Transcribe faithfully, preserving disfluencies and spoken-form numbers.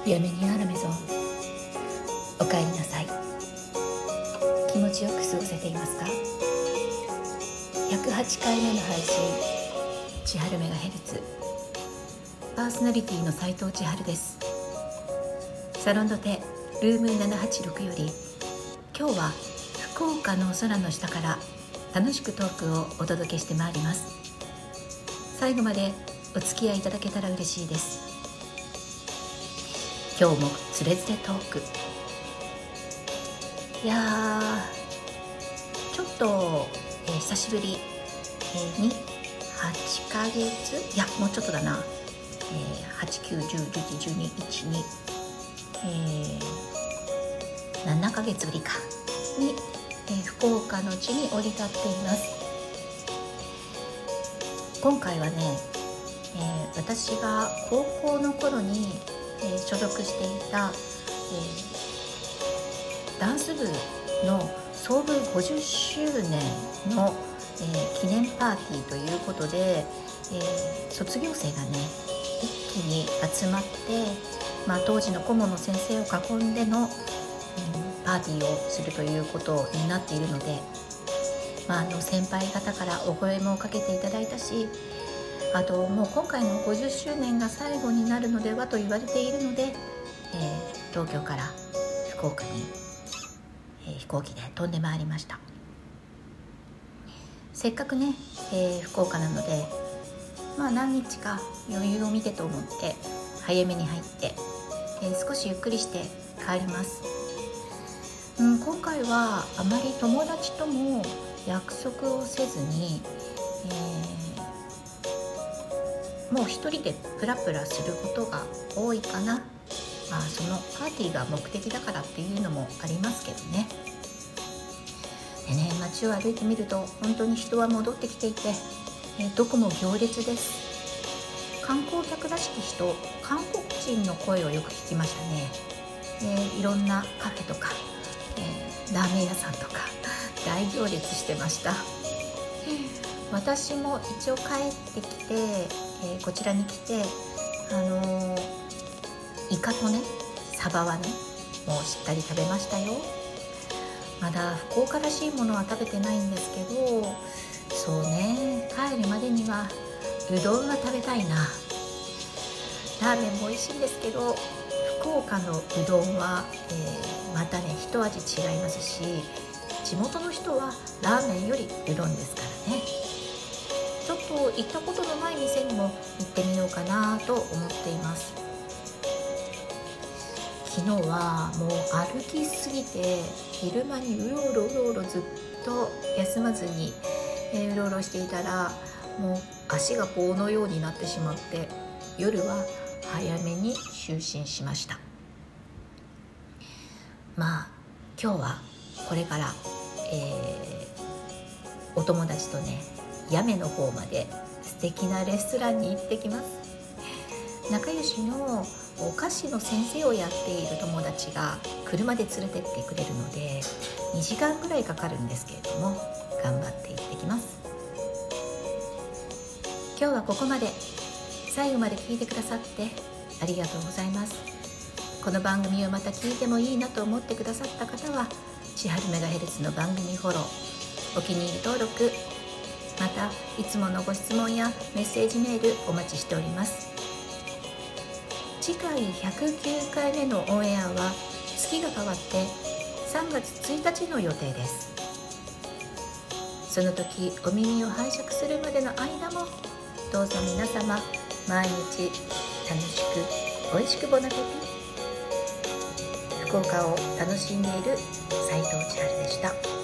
やめにあらメゾン、おかえりなさい。気持ちよく過ごせていますか？ひゃくはちかいめの配信、千春メガヘルツ、パーソナリティの斉藤千春です。サロンドテルームななはちろくより、今日は福岡の空の下から楽しくトークをお届けしてまいります。最後までお付き合いいただけたら嬉しいです。今日もつれづれトーク。いやーちょっと、えー、久しぶり、えー、にはちかげついやもうちょっとだな、えー、はち、きゅう、じゅう、じゅういち、じゅうに、いち、に、えー、ななかげつぶりかに、えー、福岡の地に降り立っています。今回はね、えー、私が高校の頃に、えー、所属していた、えー、ダンス部の創部ごじゅっしゅうねんの、えー、記念パーティーということで、えー、卒業生がね一気に集まって、まあ、当時の顧問の先生を囲んでの、うん、パーティーをするということになっているので、まあ、あの先輩方からお声もかけていただいたし、あともう今回のごじゅっしゅうねんが最後になるのではと言われているので、えー、東京から福岡に、えー、飛行機で飛んでまいりました。せっかくね、えー、福岡なので、まあ何日か余裕を見てと思って早めに入って、えー、少しゆっくりして帰ります。うん、今回はあまり友達とも約束をせずに、えーもう一人でプラプラすることが多いかな。まあそのパーティーが目的だからっていうのもありますけどね。でね、街を歩いてみると本当に人は戻ってきていて、えー、どこも行列です。観光客らしき人、韓国人の声をよく聞きましたね。えー、いろんなカフェとか、えー、ラーメン屋さんとか大行列してました。私も一応帰ってきて、えー、こちらに来て、あのー、イカとねサバはねもうしっかり食べましたよ。まだ福岡らしいものは食べてないんですけど、そうね、帰るまでにはうどんが食べたいな。ラーメンも美味しいんですけど、福岡のうどんは、えー、またね一味違いますし、地元の人はラーメンよりうどんですからね。ちょっと行ったことのない店にも行ってみようかなと思っています。昨日はもう歩きすぎて昼間にうろうろうろうろずっと休まずに、えー、うろうろしていたらもう足が棒のようになってしまって、夜は早めに就寝しました。まあ今日はこれから、えー、お友達とね八女の方まで素敵なレストランに行ってきます。仲良しのお菓子の先生をやっている友達が車で連れてってくれるのでにじかんぐらいかかるんですけれども、頑張って行ってきます。今日はここまで。最後まで聞いてくださってありがとうございます。この番組をまた聞いてもいいなと思ってくださった方は、千春メガヘルツの番組フォロー、お気に入り登録、またいつものご質問やメッセージメールお待ちしております。次回ひゃくきゅうかいめのオンエアは月が変わってさんがつついたちの予定です。その時お耳を拝借するまでの間もどうぞ皆様毎日楽しく美味しくボナペティ。福岡を楽しんでいる斉藤千春でした。